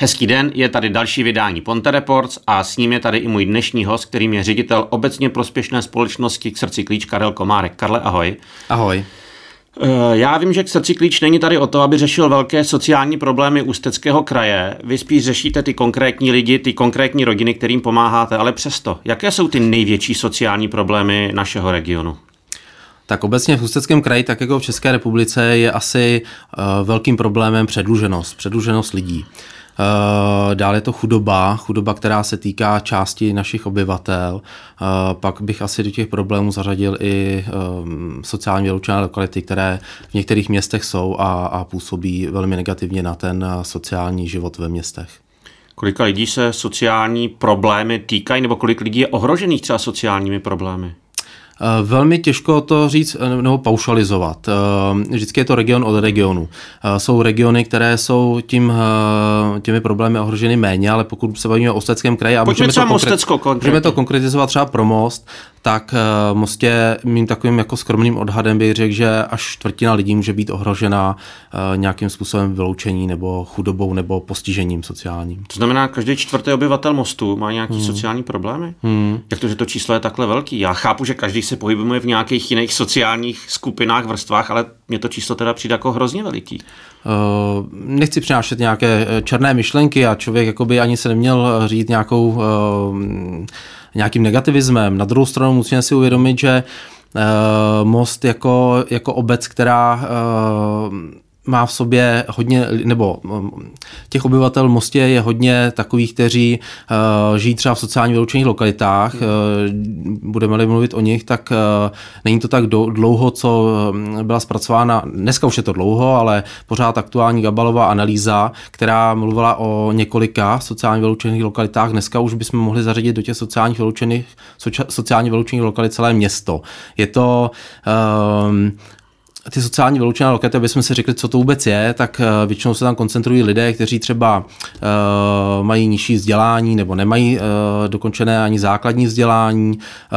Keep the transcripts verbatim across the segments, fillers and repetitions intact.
Hezký den, je tady další vydání Ponte Reports a s ním je tady i můj dnešní host, kterým je ředitel obecně prospěšné společnosti K srdci klíč Karel Komárek. Karle, ahoj. Ahoj. Já vím, že K srdci klíč není tady o to, aby řešil velké sociální problémy Ústeckého kraje. Vy spíš řešíte ty konkrétní lidi, ty konkrétní rodiny, kterým pomáháte, ale přesto, jaké jsou ty největší sociální problémy našeho regionu? Tak obecně v Ústeckém kraji, tak jako v České republice, je asi uh, velkým problémem předluženost, předluženost lidí. Uh, dále je to chudoba, chudoba, která se týká části našich obyvatel. Uh, pak bych asi do těch problémů zařadil i um, sociálně vyloučené lokality, které v některých městech jsou a, a působí velmi negativně na ten sociální život ve městech. Kolika lidí se sociální problémy týkají, nebo kolik lidí je ohrožených třeba sociálními problémy? Velmi těžko to říct nebo paušalizovat. Vždycky je to region od regionu. Jsou regiony, které jsou tím, těmi problémy ohroženy méně, ale pokud se bavíme o Ústeckém kraji a můžeme to, konkrét, můžeme to konkretizovat třeba pro Most, tak Mostě mým takovým jako skromným odhadem bych řekl, že až čtvrtina lidí může být ohrožena nějakým způsobem vyloučení nebo chudobou nebo postižením sociálním. To znamená, každý čtvrtý obyvatel Mostu má nějaký hmm. sociální problémy? Hmm. Jak to, že to číslo je takhle velký? Já chápu, že každý se pohybuje v nějakých jiných sociálních skupinách, vrstvách, ale mně to číslo teda přijde jako hrozně veliký. Uh, nechci přinášet nějaké černé myšlenky a člověk jakoby ani se neměl říct nějakou, uh, nějakým negativismem. Na druhou stranu musíme si uvědomit, že uh, Most jako, jako obec, která uh, má v sobě hodně, nebo těch obyvatel v Mostě je hodně takových, kteří uh, žijí třeba v sociálně vyloučených lokalitách. Uh, budeme-li mluvit o nich, tak uh, není to tak dlouho, co byla zpracována, dneska už je to dlouho, ale pořád aktuální Gabalová analýza, která mluvila o několika sociálně vyloučených lokalitách. Dneska už bychom mohli zařadit do těch sociálních vyloučených, socia, sociálně vyloučených lokalit celé město. Je to um, Ty sociálně vyloučené lokality, abychom si řekli, co to vůbec je, tak většinou se tam koncentrují lidé, kteří třeba uh, mají nižší vzdělání nebo nemají uh, dokončené ani základní vzdělání,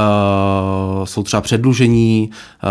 uh, jsou třeba předlužení,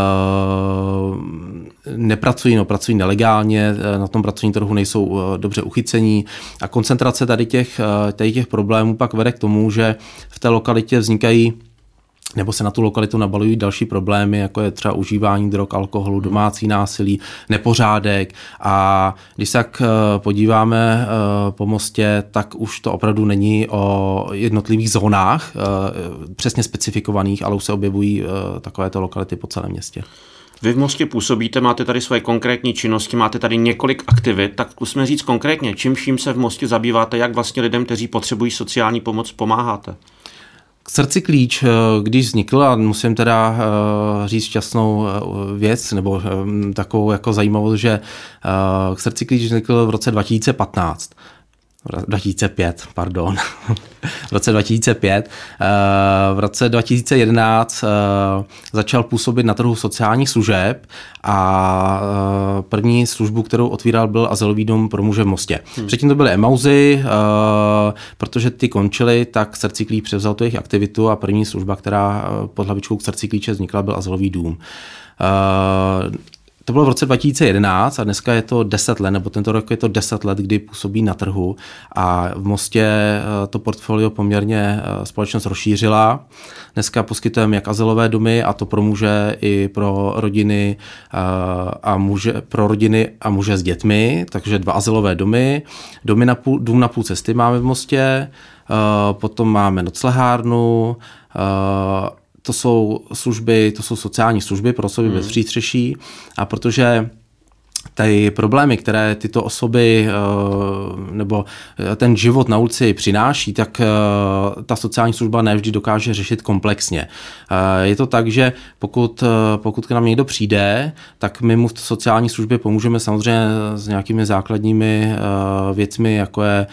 uh, nepracují, no, pracují nelegálně, na tom pracovním trhu nejsou uh, dobře uchycení a koncentrace tady těch, uh, tady těch problémů pak vede k tomu, že v té lokalitě vznikají nebo se na tu lokalitu nabalují další problémy, jako je třeba užívání drog, alkoholu, domácí násilí, nepořádek. A když se tak podíváme po Mostě, tak už to opravdu není o jednotlivých zónách přesně specifikovaných, ale už se objevují takovéto lokality po celém městě. Vy v Mostě působíte, máte tady svoje konkrétní činnosti, máte tady několik aktivit, tak zkusme říct konkrétně, čím vším se v Mostě zabýváte, jak vlastně lidem, kteří potřebují sociální pomoc, pomáháte? K srdci klíč, když vznikl, a musím teda říct šťastnou věc, nebo takovou jako zajímavost, že K srdci klíč vznikl v roce dva tisíce patnáct. dva tisíce pět, pardon. v roce dva tisíce pět. V roce dva tisíce jedenáct začal působit na trhu sociálních služeb a první službu, kterou otvíral, byl azylový dům pro muže v Mostě. Hmm. Předtím to byly Emauzy, protože ty končily, tak K srdci klíč převzal tu jejich aktivitu a první služba, která pod hlavičkou K srdci klíče vznikla, byl azylový dům. To bylo v roce dva tisíce jedenáct a dneska je to deset let, nebo tento rok je to deset let, kdy působí na trhu a v Mostě to portfolio poměrně společnost rozšířila. Dneska poskytujeme jak azylové domy, a to pro muže i pro rodiny a muže, pro rodiny a muže s dětmi, takže dva azylové domy, domy na půl, dům na půl cesty máme v Mostě, potom máme noclehárnu, to jsou služby, to jsou sociální služby pro osoby hmm. bez přístřeší a protože ty problémy, které tyto osoby nebo ten život na ulici přináší, tak ta sociální služba nevždy dokáže řešit komplexně. Je to tak, že pokud, pokud k nám někdo přijde, tak my mu v sociální službě pomůžeme samozřejmě s nějakými základními věcmi, jako je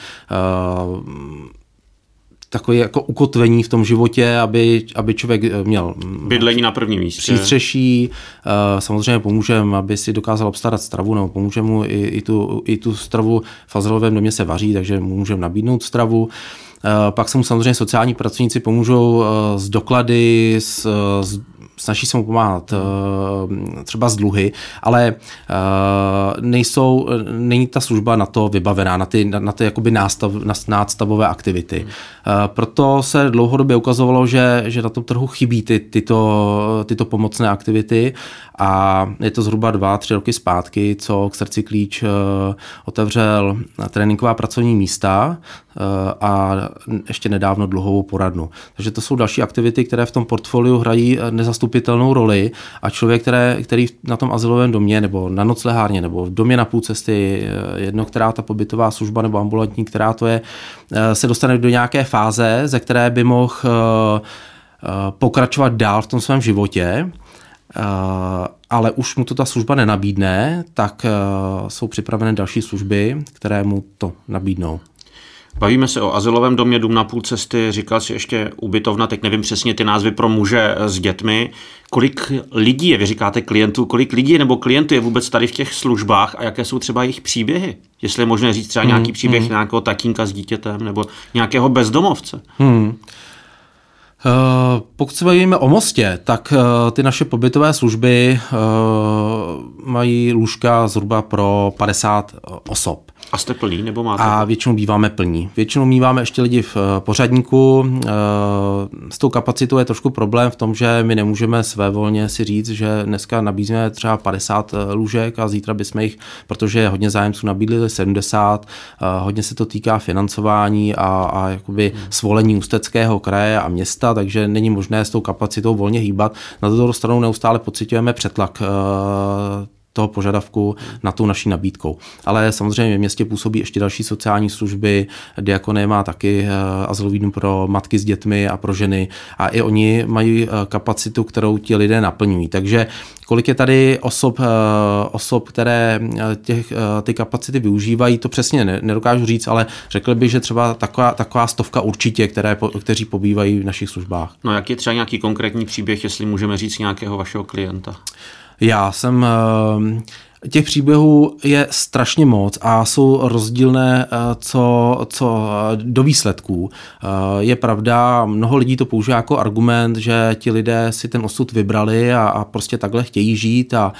takové jako ukotvení v tom životě, aby, aby člověk měl bydlení na prvním místě. Přístřeší, samozřejmě pomůžeme, aby si dokázal obstarat stravu, nebo pomůžeme mu i, i, tu, i tu stravu v azylovém domě se vaří, takže mu můžeme nabídnout stravu. Pak se mu samozřejmě sociální pracovníci pomůžou s doklady, s, s snaží se mu pomáhat třeba z dluhy, ale nejsou, není ta služba na to vybavená, na ty, na ty jakoby nástav, nástavové aktivity. Hmm. Proto se dlouhodobě ukazovalo, že, že na tom trhu chybí ty, tyto, tyto pomocné aktivity a je to zhruba dva, tři roky zpátky, co k Srdci klíč otevřel tréninková pracovní místa a ještě nedávno dluhovou poradnu. Takže to jsou další aktivity, které v tom portfoliu hrají nezastupitelnou roli a člověk, které, který na tom azylovém domě nebo na noclehárně nebo v domě na půl cesty, jedno, která ta pobytová služba nebo ambulantní, která to je, se dostane do nějaké fáze, ze které by mohl pokračovat dál v tom svém životě, ale už mu to ta služba nenabídne, tak jsou připravené další služby, které mu to nabídnou. Bavíme se o azylovém domě, dům na půl cesty, říkal si ještě ubytovna, teď nevím přesně ty názvy pro muže s dětmi. Kolik lidí je, vy říkáte klientů, kolik lidí nebo klientů je vůbec tady v těch službách a jaké jsou třeba jejich příběhy? Jestli je možné říct třeba nějaký příběh hmm. nějakého tatínka s dítětem nebo nějakého bezdomovce. Hmm. Uh, pokud se bavíme o Mostě, tak uh, ty naše pobytové služby uh, mají lůžka zhruba pro padesát osob. A jste plní, nebo máte? A většinou býváme plní. Většinou míváme ještě lidi v pořadníku. S tou kapacitou je trošku problém v tom, že my nemůžeme svévolně si říct, že dneska nabízíme třeba padesát lůžek a zítra bychom jich, protože hodně zájemců nabídli sedmdesát, hodně se to týká financování a, a jakoby svolení Ústeckého kraje a města, takže není možné s tou kapacitou volně hýbat. Na druhou stranu neustále pociťujeme přetlak toho požadavku na tu naší nabídkou. Ale samozřejmě v městě působí ještě další sociální služby, Diakonie má taky azylový dům pro matky s dětmi a pro ženy a i oni mají kapacitu, kterou ti lidé naplňují. Takže kolik je tady osob, osob které těch, ty kapacity využívají, to přesně nedokážu říct, ale řekl bych, že třeba taková, taková stovka určitě, které, kteří pobývají v našich službách. No jak je třeba nějaký konkrétní příběh, jestli můžeme říct nějakého vašeho klienta? Já jsem, těch příběhů je strašně moc a jsou rozdílné co, co do výsledků. Je pravda, mnoho lidí to používá jako argument, že ti lidé si ten osud vybrali a, a prostě takhle chtějí žít a,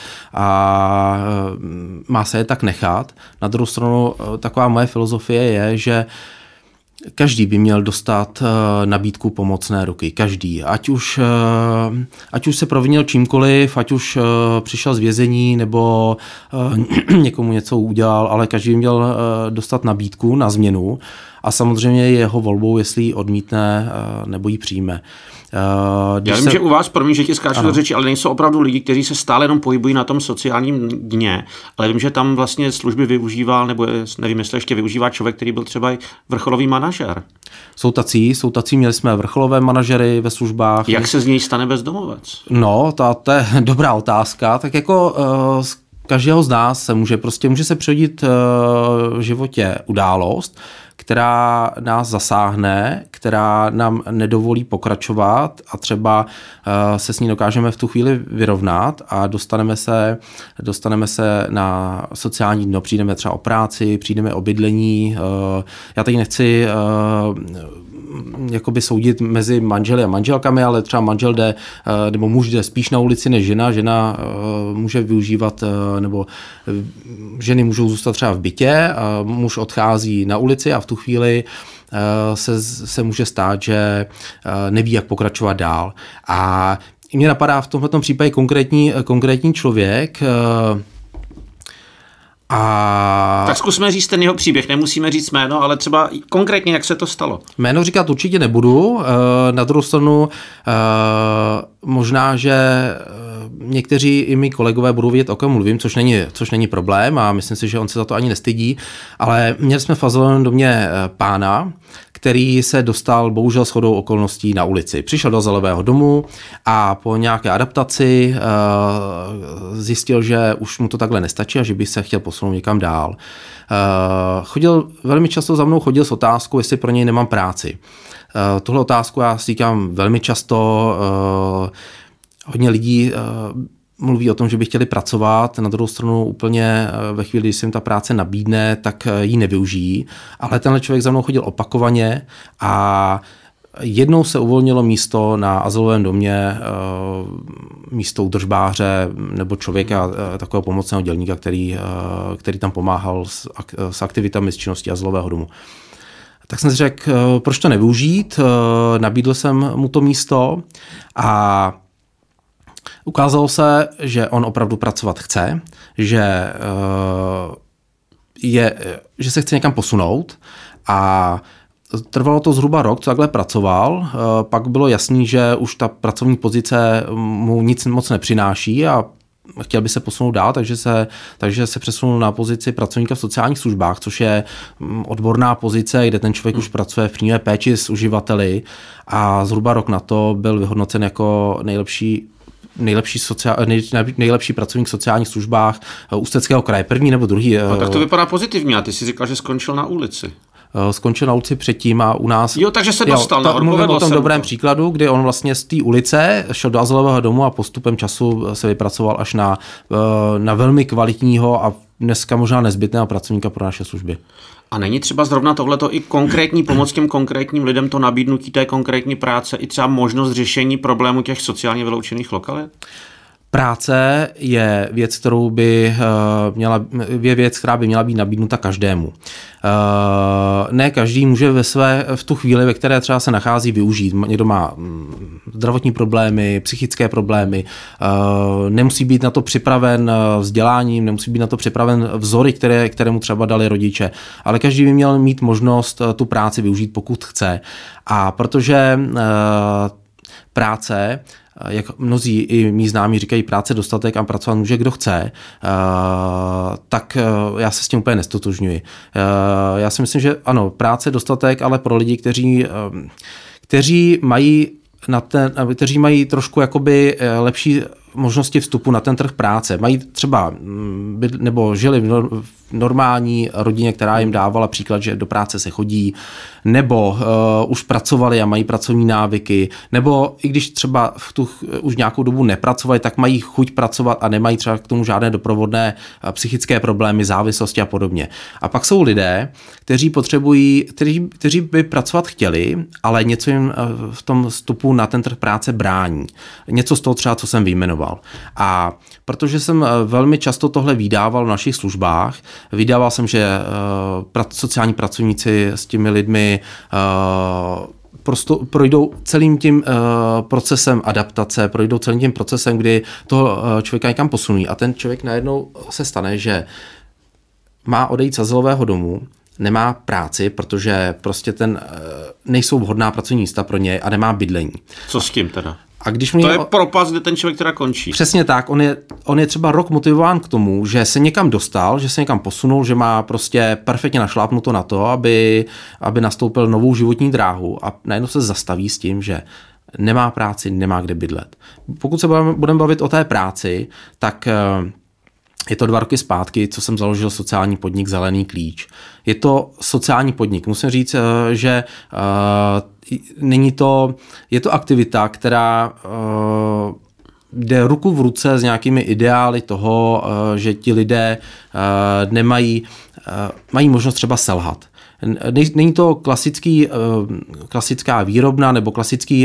a má se je tak nechat. Na druhou stranu taková moje filozofie je, že každý by měl dostat uh, nabídku pomocné ruky. Každý. Ať už, uh, ať už se provinil čímkoliv, ať už uh, přišel z vězení nebo uh, někomu něco udělal, ale každý by měl uh, dostat nabídku na změnu a samozřejmě je jeho volbou, jestli ji odmítne uh, nebo ji přijme. Uh, Já vím, se... že u vás, promiň, že ti skáču do řeči, ale nejsou opravdu lidi, kteří se stále jenom pohybují na tom sociálním dně, ale vím, že tam vlastně služby využíval, nebo nevím, jestli ještě využívá člověk, který byl třeba i vrcholový manažer. Jsou tací, jsou tací, měli jsme vrcholové manažery ve službách. Jak se z něj stane bezdomovec? No, to, to je dobrá otázka. Tak jako uh, z každého z nás se může prostě, může se přehodit uh, v životě událost, která nás zasáhne, která nám nedovolí pokračovat a třeba uh, se s ní dokážeme v tu chvíli vyrovnat a dostaneme se, dostaneme se na sociální dno, přijdeme třeba o práci, přijdeme o bydlení. Uh, já teď nechci uh, jakoby soudit mezi manželi a manželkami, ale třeba manžel jde, uh, nebo muž jde spíš na ulici než žena. Žena uh, může využívat, uh, nebo ženy můžou zůstat třeba v bytě, uh, muž odchází na ulici a v tu chvíli se, se může stát, že neví, jak pokračovat dál. A mně napadá v tomto případě konkrétní, konkrétní člověk. A... Tak zkusme říct ten jeho příběh, nemusíme říct jméno, ale třeba konkrétně, jak se to stalo. Jméno říkat určitě nebudu. Na druhou stranu možná, že někteří i mý kolegové budou vědět, o kom mluvím, což není, což není problém a myslím si, že on se za to ani nestydí, ale měli jsme v azylovém domě pána, který se dostal bohužel shodou okolností na ulici. Přišel do azylového domu a po nějaké adaptaci uh, zjistil, že už mu to takhle nestačí a že by se chtěl posunout někam dál. Uh, chodil, velmi často za mnou chodil s otázkou, jestli pro něj nemám práci. Uh, tuhle otázku já si říkám velmi často. Uh, hodně lidí uh, mluví o tom, že by chtěli pracovat, na druhou stranu úplně ve chvíli, když se jim ta práce nabídne, tak ji nevyužijí, ale tenhle člověk za mnou chodil opakovaně a jednou se uvolnilo místo na azylovém domě, místo údržbáře nebo člověka, takového pomocného dělníka, který, který tam pomáhal s aktivitami z činnosti azylového domu. Tak jsem si řekl, proč to nevyužít, nabídl jsem mu to místo a ukázalo se, že on opravdu pracovat chce, že, je, že se chce někam posunout a trvalo to zhruba rok, co takhle pracoval, pak bylo jasný, že už ta pracovní pozice mu nic moc nepřináší a chtěl by se posunout dál, takže se, takže se přesunul na pozici pracovníka v sociálních službách, což je odborná pozice, kde ten člověk hmm. už pracuje v přímé péči s uživateli a zhruba rok na to byl vyhodnocen jako nejlepší Nejlepší, sociál, nej, nejlepší pracovník v sociálních službách Ústeckého kraje, první nebo druhý. No, tak to vypadá pozitivně a ty jsi říkal, že skončil na ulici. Skončil na ulici předtím a u nás... Jo, takže se dostal. Jo, mluvím o tom dobrém to. příkladu, kdy on vlastně z té ulice šel do azylového domu a postupem času se vypracoval až na, na velmi kvalitního a dneska možná nezbytného pracovníka pro naše služby. A není třeba zrovna tohleto i konkrétní pomoc těm konkrétním lidem, to nabídnutí té konkrétní práce, i třeba možnost řešení problému těch sociálně vyloučených lokalit? Práce je věc, kterou by měla, je věc, která by měla být nabídnuta každému. Ne každý může ve své, v tu chvíli, ve které třeba se nachází, využít. Někdo má zdravotní problémy, psychické problémy, nemusí být na to připraven vzděláním, nemusí být na to připraven vzory, které, které mu třeba dali rodiče, ale každý by měl mít možnost tu práci využít, pokud chce. A protože práce, jak mnozí i mí známí říkají, práce dostatek a pracovat může kdo chce, tak já se s tím úplně nestotožňuji. Já si myslím, že ano, práce dostatek, ale pro lidi, kteří, kteří mají na ten, kteří mají trošku jakoby lepší možnosti vstupu na ten trh práce. Mají třeba, nebo žili v normální rodině, která jim dávala příklad, že do práce se chodí, nebo uh, už pracovali a mají pracovní návyky, nebo i když třeba v tu už nějakou dobu nepracovali, tak mají chuť pracovat a nemají třeba k tomu žádné doprovodné psychické problémy, závislosti a podobně. A pak jsou lidé, kteří potřebují, kteří, kteří by pracovat chtěli, ale něco jim v tom vstupu na ten trh práce brání. Něco z toho třeba, co jsem vyjmenoval. A protože jsem velmi často tohle vydával v našich službách, vydával jsem, že uh, sociální pracovníci s těmi lidmi uh, prostě projdou celým tím uh, procesem adaptace, projdou celým tím procesem, kdy toho uh, člověka někam posunují a ten člověk najednou se stane, že má odejít z azylového domu, nemá práci, protože prostě ten uh, nejsou vhodná pracovní místa pro něj a nemá bydlení. Co s tím teda? A když to je propast, kde ten člověk teda končí. Přesně tak, on je, on je třeba rok motivován k tomu, že se někam dostal, že se někam posunul, že má prostě perfektně našlápnuto na to, aby, aby nastoupil novou životní dráhu a najednou se zastaví s tím, že nemá práci, nemá kde bydlet. Pokud se budeme, budeme bavit o té práci, tak je to dva roky zpátky, co jsem založil sociální podnik Zelený klíč. Je to sociální podnik. Musím říct, že uh, není to, je to aktivita, která uh, jde ruku v ruce s nějakými ideály toho, uh, že ti lidé uh, nemají, uh, mají možnost třeba selhat. Není to klasický, klasická výrobna nebo klasický,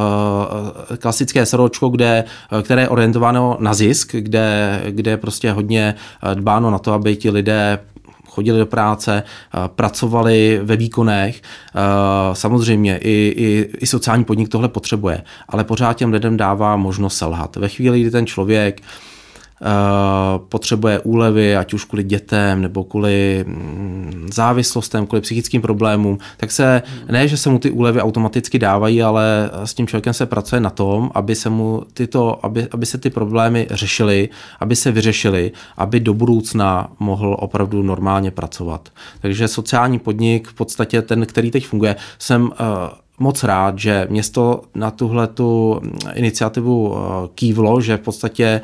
klasické SROčko, kde, které je orientováno na zisk, kde, kde je prostě hodně dbáno na to, aby ti lidé chodili do práce, pracovali ve výkonech. Samozřejmě i, i, i sociální podnik tohle potřebuje, ale pořád těm lidem dává možnost selhat. Ve chvíli, kdy ten člověk Uh, potřebuje úlevy, ať už kvůli dětem, nebo kvůli mm, závislostem, kvůli psychickým problémům, tak se, ne, že se mu ty úlevy automaticky dávají, ale s tím člověkem se pracuje na tom, aby se mu tyto, aby, aby se ty problémy řešily, aby se vyřešily, aby do budoucna mohl opravdu normálně pracovat. Takže sociální podnik, v podstatě ten, který teď funguje, jsem uh, moc rád, že město na tuhletu iniciativu kývlo, že v podstatě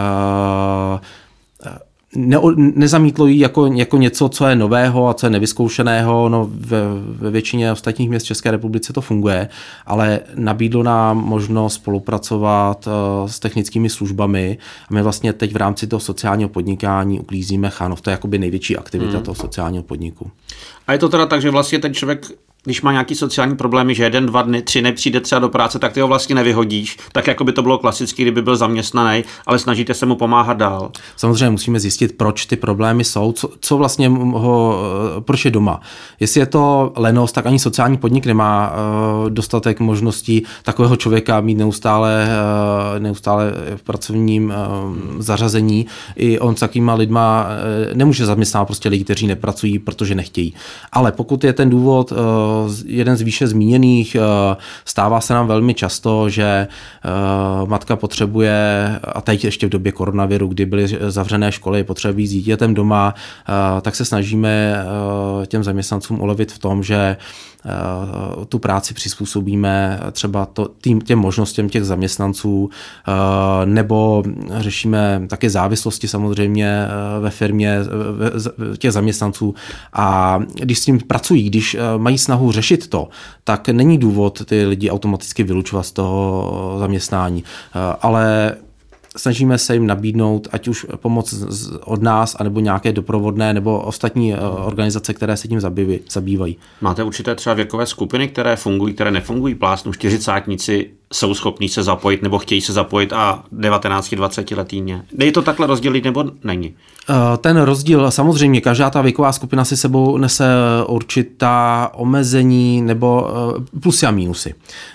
ne, nezamítlo ji jako, jako něco, co je nového a co je nevyzkoušeného. No, ve, ve většině ostatních měst České republice to funguje, ale nabídlo nám možnost spolupracovat s technickými službami a my vlastně teď v rámci toho sociálního podnikání uklízíme Chánov. To je jakoby největší aktivita hmm. toho sociálního podniku. A je to teda tak, že vlastně ten člověk když má nějaký sociální problémy, že jeden, dva dny, tři nepřijde třeba do práce, tak ty ho vlastně nevyhodíš, tak jako by to bylo klasicky, kdyby byl zaměstnaný, ale snažíte se mu pomáhat dál. Samozřejmě musíme zjistit, proč ty problémy jsou, co, co vlastně ho, proč je doma. Jestli je to lenost, tak ani sociální podnik nemá uh, dostatek možností takového člověka mít neustále, uh, neustále v pracovním uh, zařazení. I on s takýma lidma uh, nemůže zaměstnávat prostě lidi, kteří nepracují, protože nechtějí. Ale pokud je ten důvod uh, jeden z výše zmíněných, stává se nám velmi často, že matka potřebuje, a teď ještě v době koronaviru, kdy byly zavřené školy, potřebují s dítětem doma, tak se snažíme těm zaměstnancům ulevit v tom, že tu práci přizpůsobíme třeba to, tým, těm možnostem těch zaměstnanců, nebo řešíme také závislosti samozřejmě ve firmě těch zaměstnanců. A když s tím pracují, když mají snahu řešit to, tak není důvod ty lidi automaticky vylučovat z toho zaměstnání. Ale snažíme se jim nabídnout ať už pomoc od nás, anebo nějaké doprovodné, nebo ostatní organizace, které se tím zabývají. Máte určité třeba věkové skupiny, které fungují, které nefungují? Plásnu čtyřicátníci jsou schopní se zapojit, nebo chtějí se zapojit a devatenáct dvacet letý ne. Dej to takhle rozdělit, nebo není? Ten rozdíl, samozřejmě, každá ta věková skupina si sebou nese určitá omezení nebo plusy a mínusy.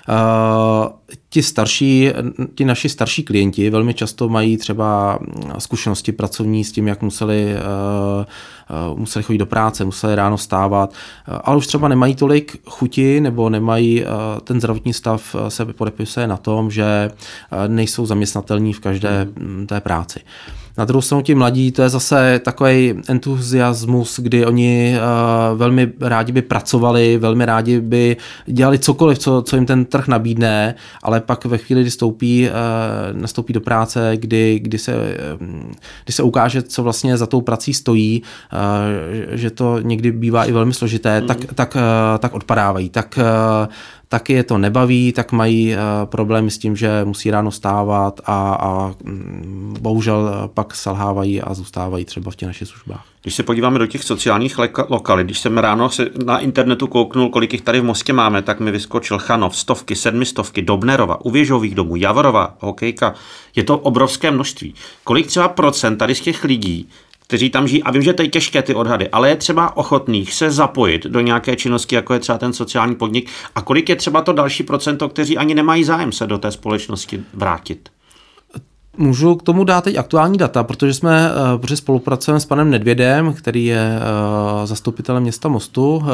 Ti starší, ti naši starší klienti velmi často mají třeba zkušenosti pracovní s tím, jak museli, museli chodit do práce, museli ráno stávat, ale už třeba nemají tolik chuti nebo nemají, ten zdravotní stav se podepisuje na tom, že nejsou zaměstnatelní v každé té práci. Na druhou stranu ti mladí, to je zase takový entuziasmus, kdy oni uh, velmi rádi by pracovali, velmi rádi by dělali cokoliv, co, co jim ten trh nabídne, ale pak ve chvíli, kdy stoupí, uh, nastoupí do práce, kdy, kdy, se, uh, kdy se ukáže, co vlastně za tou prací stojí, uh, že to někdy bývá i velmi složité, mm. tak, tak, uh, tak odpadávají. Tak uh, taky je to nebaví, tak mají uh, problémy s tím, že musí ráno stávat a, a um, bohužel pak selhávají a zůstávají třeba v těch našich službách. Když se podíváme do těch sociálních lokalit, když jsem ráno se na internetu kouknul, kolik jich tady v Mostě máme, tak mi vyskočil Chanov, stovky, sedmistovky, Dobnerova, u Věžových domů, Javorova, hokejka. Je to obrovské množství. Kolik třeba procent tady z těch lidí, kteří tam žijí, a vím, že to je těžké ty odhady, ale je třeba ochotných se zapojit do nějaké činnosti, jako je třeba ten sociální podnik, a kolik je třeba to další procento, kteří ani nemají zájem se do té společnosti vrátit? Můžu k tomu dát teď aktuální data, protože jsme, protože spolupracujeme s panem Nedvědem, který je zastupitelem města Mostu,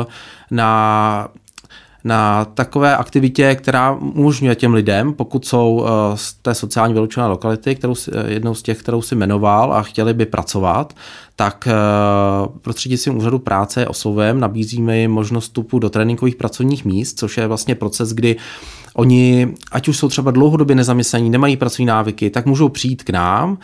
na na takové aktivitě, která umožňuje těm lidem, pokud jsou z té sociálně vyloučené lokality, kterou si, jednou z těch, kterou si jmenoval a chtěli by pracovat, tak prostřednictvím úřadu práce oslovem nabízíme jim možnost vstupu do tréninkových pracovních míst, což je vlastně proces, kdy oni, ať už jsou třeba dlouhodobě nezaměstnaní, nemají pracovní návyky, tak můžou přijít k nám.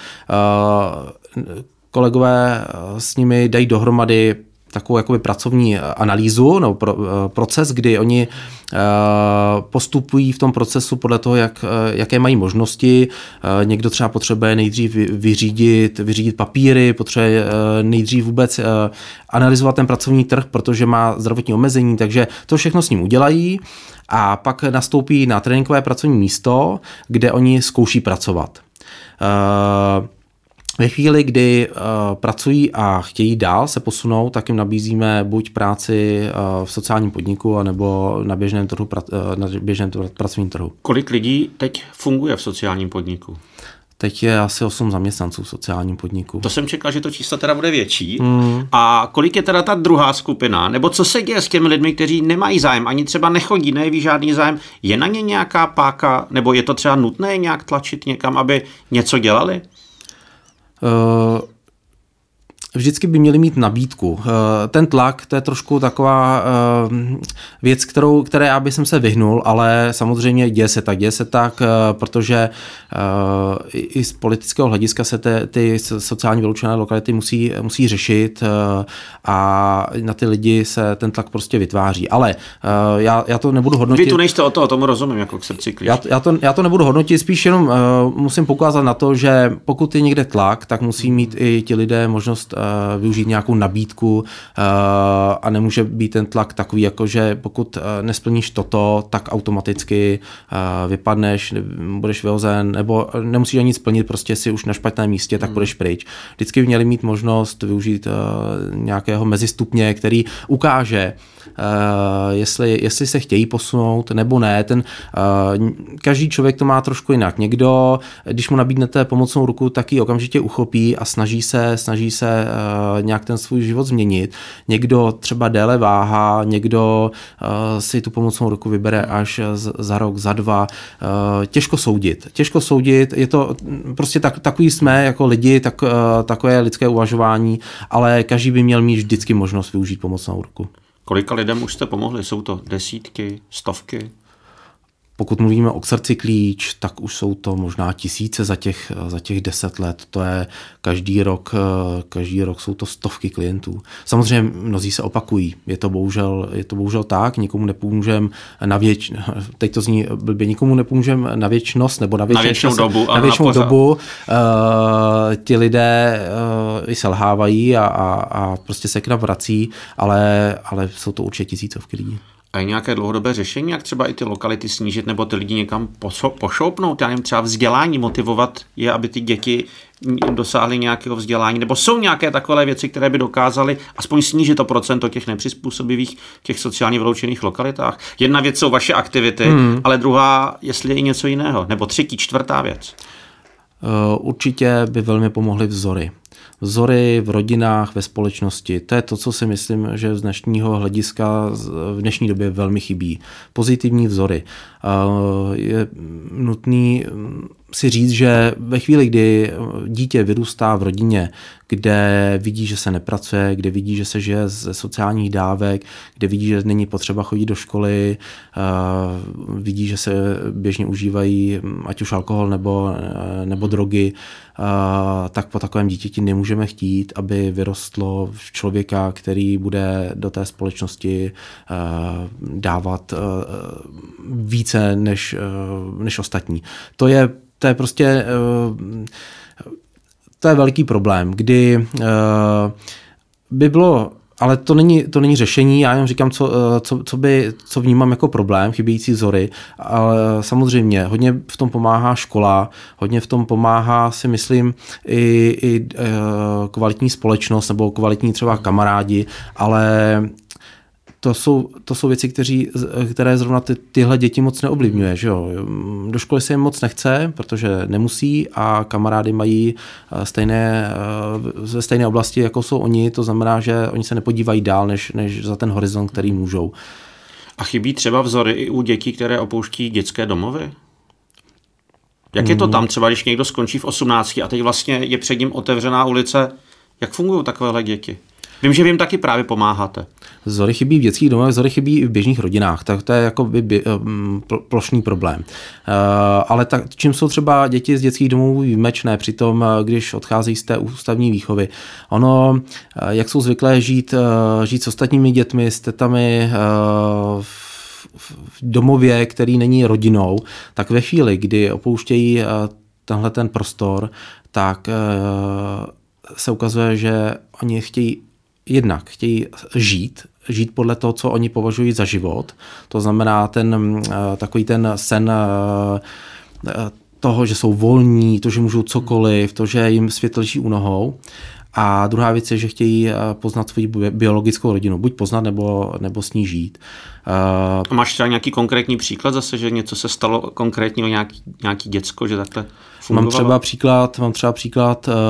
Kolegové s nimi dají dohromady takovou jakoby pracovní analýzu nebo pro, proces, kdy oni postupují v tom procesu podle toho, jak, jaké mají možnosti. Někdo třeba potřebuje nejdřív vyřídit, vyřídit papíry, potřebuje nejdřív vůbec analyzovat ten pracovní trh, protože má zdravotní omezení, takže to všechno s ním udělají a pak nastoupí na tréninkové pracovní místo, kde oni zkouší pracovat. Ve chvíli, kdy uh, pracují a chtějí dál se posunout, tak jim nabízíme buď práci uh, v sociálním podniku, anebo na běžném, trhu, uh, na běžném pracovním trhu. Kolik lidí teď funguje v sociálním podniku? Teď je asi osm zaměstnanců v sociálním podniku. To jsem čekal, že to číslo teda bude větší. Mm. A kolik je teda ta druhá skupina? Nebo co se děje s těmi lidmi, kteří nemají zájem, ani třeba nechodí, nejeví žádný zájem? Je na ně nějaká páka? Nebo je to třeba nutné nějak tlačit někam, aby něco dělali? Uh, vždycky by měli mít nabídku. Uh, ten tlak, to je trošku taková uh, věc, kterou, které já bych se vyhnul, ale samozřejmě děje se tak, děje se tak, uh, protože uh, i, i z politického hlediska se te, ty sociálně vyloučené lokality musí, musí řešit uh, a na ty lidi se ten tlak prostě vytváří. Ale uh, já, já to nebudu hodnotit. Vy tu nejste o to, tomu rozumím, jako k srdci klíč. Já, já, to, já to nebudu hodnotit, spíš jenom uh, musím poukázat na to, že pokud je někde tlak, tak musí mít i ti lidé možnost využít nějakou nabídku a nemůže být ten tlak takový, jako že pokud nesplníš toto, tak automaticky vypadneš, budeš vyhozen, nebo nemusíš ani splnit, prostě si už na špatném místě, tak budeš pryč. Vždycky měli mít možnost využít nějakého mezistupně, který ukáže, jestli, jestli se chtějí posunout nebo ne. Ten, každý člověk to má trošku jinak. Někdo, když mu nabídnete pomocnou ruku, tak ji okamžitě uchopí a snaží se, snaží se nějak ten svůj život změnit. Někdo třeba déle váhá, někdo si tu pomocnou ruku vybere až za rok, za dva. Těžko soudit. Těžko soudit. Je to prostě tak, takový jsme jako lidi, tak, takové lidské uvažování, ale každý by měl mít vždycky možnost využít pomocnou ruku. Kolika lidem už jste pomohli? Jsou to desítky, stovky? Pokud mluvíme o Srdci klíč, tak už jsou to možná tisíce za těch, za těch deset let. To je každý rok, každý rok jsou to stovky klientů. Samozřejmě mnozí se opakují. Je to bohužel, je to bohužel tak, nikomu nepomůžeme na věč, teď to zní blbě, nikomu nepomůžeme na věčnost nebo na, na věčnou dobu. Na věčnou na dobu. Uh, ti lidé uh, i selhávají a, a, a prostě se k nám vrací, ale, ale jsou to určitě tisícovky lidí. A je nějaké dlouhodobé řešení, jak třeba i ty lokality snížit nebo ty lidi někam pošoupnout? Já nevím, třeba vzdělání, motivovat je, aby ty děti dosáhly nějakého vzdělání, nebo jsou nějaké takové věci, které by dokázaly aspoň snížit to procento těch nepřizpůsobivých, těch sociálně vyloučených lokalitách. Jedna věc jsou vaše aktivity, hmm. ale druhá, jestli je i něco jiného, nebo třetí, čtvrtá věc. Určitě by velmi pomohly vzory. Vzory v rodinách, ve společnosti. To je to, co si myslím, že z dnešního hlediska v dnešní době velmi chybí. Pozitivní vzory. Je nutný si říct, že ve chvíli, kdy dítě vyrůstá v rodině, kde vidí, že se nepracuje, kde vidí, že se žije ze sociálních dávek, kde vidí, že není potřeba chodit do školy, vidí, že se běžně užívají ať už alkohol nebo, nebo drogy, tak po takovém dítěti nemůžeme chtít, aby vyrostlo v člověka, který bude do té společnosti dávat více než, než ostatní. To je To je prostě to je veliký problém, kdy by bylo, ale to není, to není řešení, já jenom říkám, co, co, co, by, co vnímám jako problém, chybějící vzory, ale samozřejmě hodně v tom pomáhá škola, hodně v tom pomáhá, si myslím, i, i kvalitní společnost nebo kvalitní třeba kamarádi, ale To jsou, to jsou věci, kteří, které zrovna ty, tyhle děti moc neovlivňuje. Že jo? Do školy se jim moc nechce, protože nemusí a kamarády mají stejné, ze stejné oblasti, jako jsou oni. To znamená, že oni se nepodívají dál, než, než za ten horizont, který můžou. A chybí třeba vzory i u dětí, které opouští dětské domovy? Jak je to tam třeba, když někdo skončí v osmnácti a teď vlastně je před ním otevřená ulice? Jak fungují takovéhle děti? Vím, že vy jim taky právě pomáháte. Vzory chybí v dětských domovech, vzory chybí i v běžných rodinách, tak to je jako by, by, plošný problém. Uh, ale tak, čím jsou třeba děti z dětských domovů výjimečné, přitom když odcházejí z té ústavní výchovy. Ono, jak jsou zvyklé žít, žít s ostatními dětmi, s tetami, uh, v domově, který není rodinou, tak ve chvíli, kdy opouštějí tenhle ten prostor, tak uh, se ukazuje, že oni chtějí jednak chtějí žít, žít podle toho, co oni považují za život. To znamená ten takový ten sen toho, že jsou volní, to, že můžou cokoliv, to, že jim svět leží u nohou. A druhá věc je, že chtějí poznat svou biologickou rodinu. Buď poznat, nebo, nebo s ní žít. A máš třeba nějaký konkrétní příklad zase, že něco se stalo konkrétního, nějaký, nějaký děcko, že takhle fungovalo? Mám třeba příklad, mám třeba příklad uh,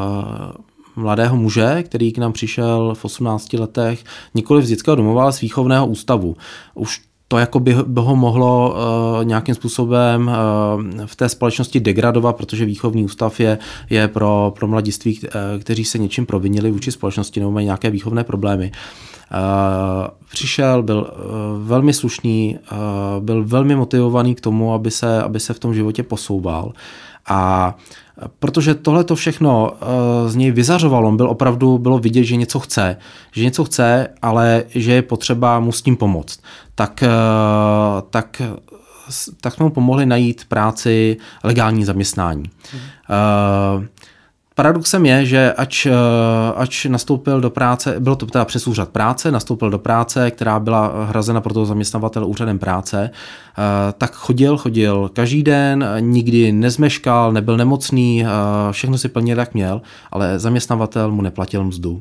mladého muže, který k nám přišel v osmnácti letech, nikoli z dětského domova, ale z výchovného ústavu. Už to jako by, by ho mohlo uh, nějakým způsobem uh, v té společnosti degradovat, protože výchovný ústav je, je pro, pro mladiství, kteří se něčím provinili vůči společnosti nebo mají nějaké výchovné problémy. Uh, přišel, byl uh, velmi slušný, uh, byl velmi motivovaný k tomu, aby se, aby se v tom životě posouval. A protože tohle to všechno uh, z něj vyzařovalo, byl opravdu, bylo vidět, že něco chce, že něco chce, ale že je potřeba mu s tím pomoct. Tak, uh, tak, tak jsme mu pomohli najít práci, legální zaměstnání. Hmm. Uh, Paradoxem je, že ač, ač nastoupil do práce, bylo to teda přes úřad práce, nastoupil do práce, která byla hrazena pro toho zaměstnavatele úřadem práce, tak chodil, chodil každý den, nikdy nezmeškal, nebyl nemocný, všechno si plně tak měl, ale zaměstnavatel mu neplatil mzdu.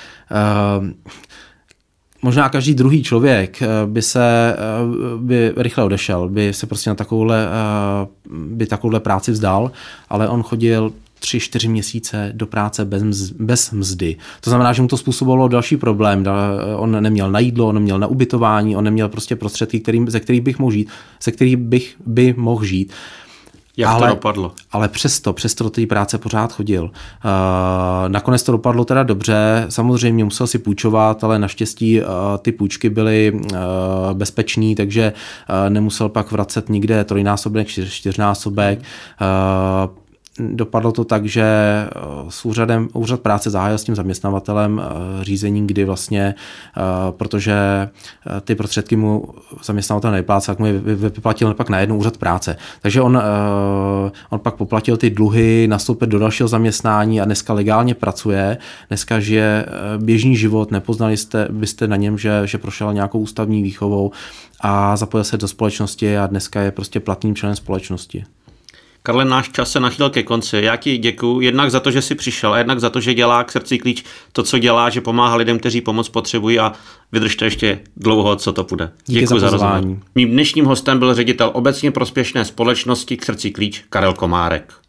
Možná každý druhý člověk by se by rychle odešel, by se prostě na takovouhle, by takovouhle práci vzdal, ale on chodil tři, čtyři měsíce do práce bez, mz, bez mzdy. To znamená, že mu to způsobovalo další problém. On neměl na jídlo, on neměl na ubytování, on neměl prostě prostředky, kterým, ze kterých bych mohl žít, ze kterých bych by mohl žít. Jak ale, to dopadlo? Ale přesto, přesto do té práce pořád chodil. Uh, nakonec to dopadlo teda dobře, samozřejmě musel si půjčovat, ale naštěstí uh, ty půjčky byly uh, bezpečný, takže uh, nemusel pak vracet nikde trojnásobek, čtyř, čtyřnásobek. Uh, Dopadlo to tak, že s úřadem, úřad práce zahájil s tím zaměstnavatelem řízení, kdy vlastně, protože ty prostředky mu zaměstnavatel nevyplácel, tak mu je vyplatil pak najednou úřad práce. Takže on, on pak poplatil ty dluhy, nastoupil do dalšího zaměstnání a dneska legálně pracuje, dneska žije běžný život, nepoznali jste, byste na něm, že, že prošel nějakou ústavní výchovou a zapojil se do společnosti a dneska je prostě platným členem společnosti. Karle, náš čas se nachýl ke konci. Já ti děkuju jednak za to, že jsi přišel a jednak za to, že dělá k Srdci klíč to, co dělá, že pomáhá lidem, kteří pomoc potřebují a vydržte ještě dlouho, co to půjde. Děkuji za rozhovor. Mým dnešním hostem byl ředitel obecně prospěšné společnosti K Srdci klíč Karel Komárek.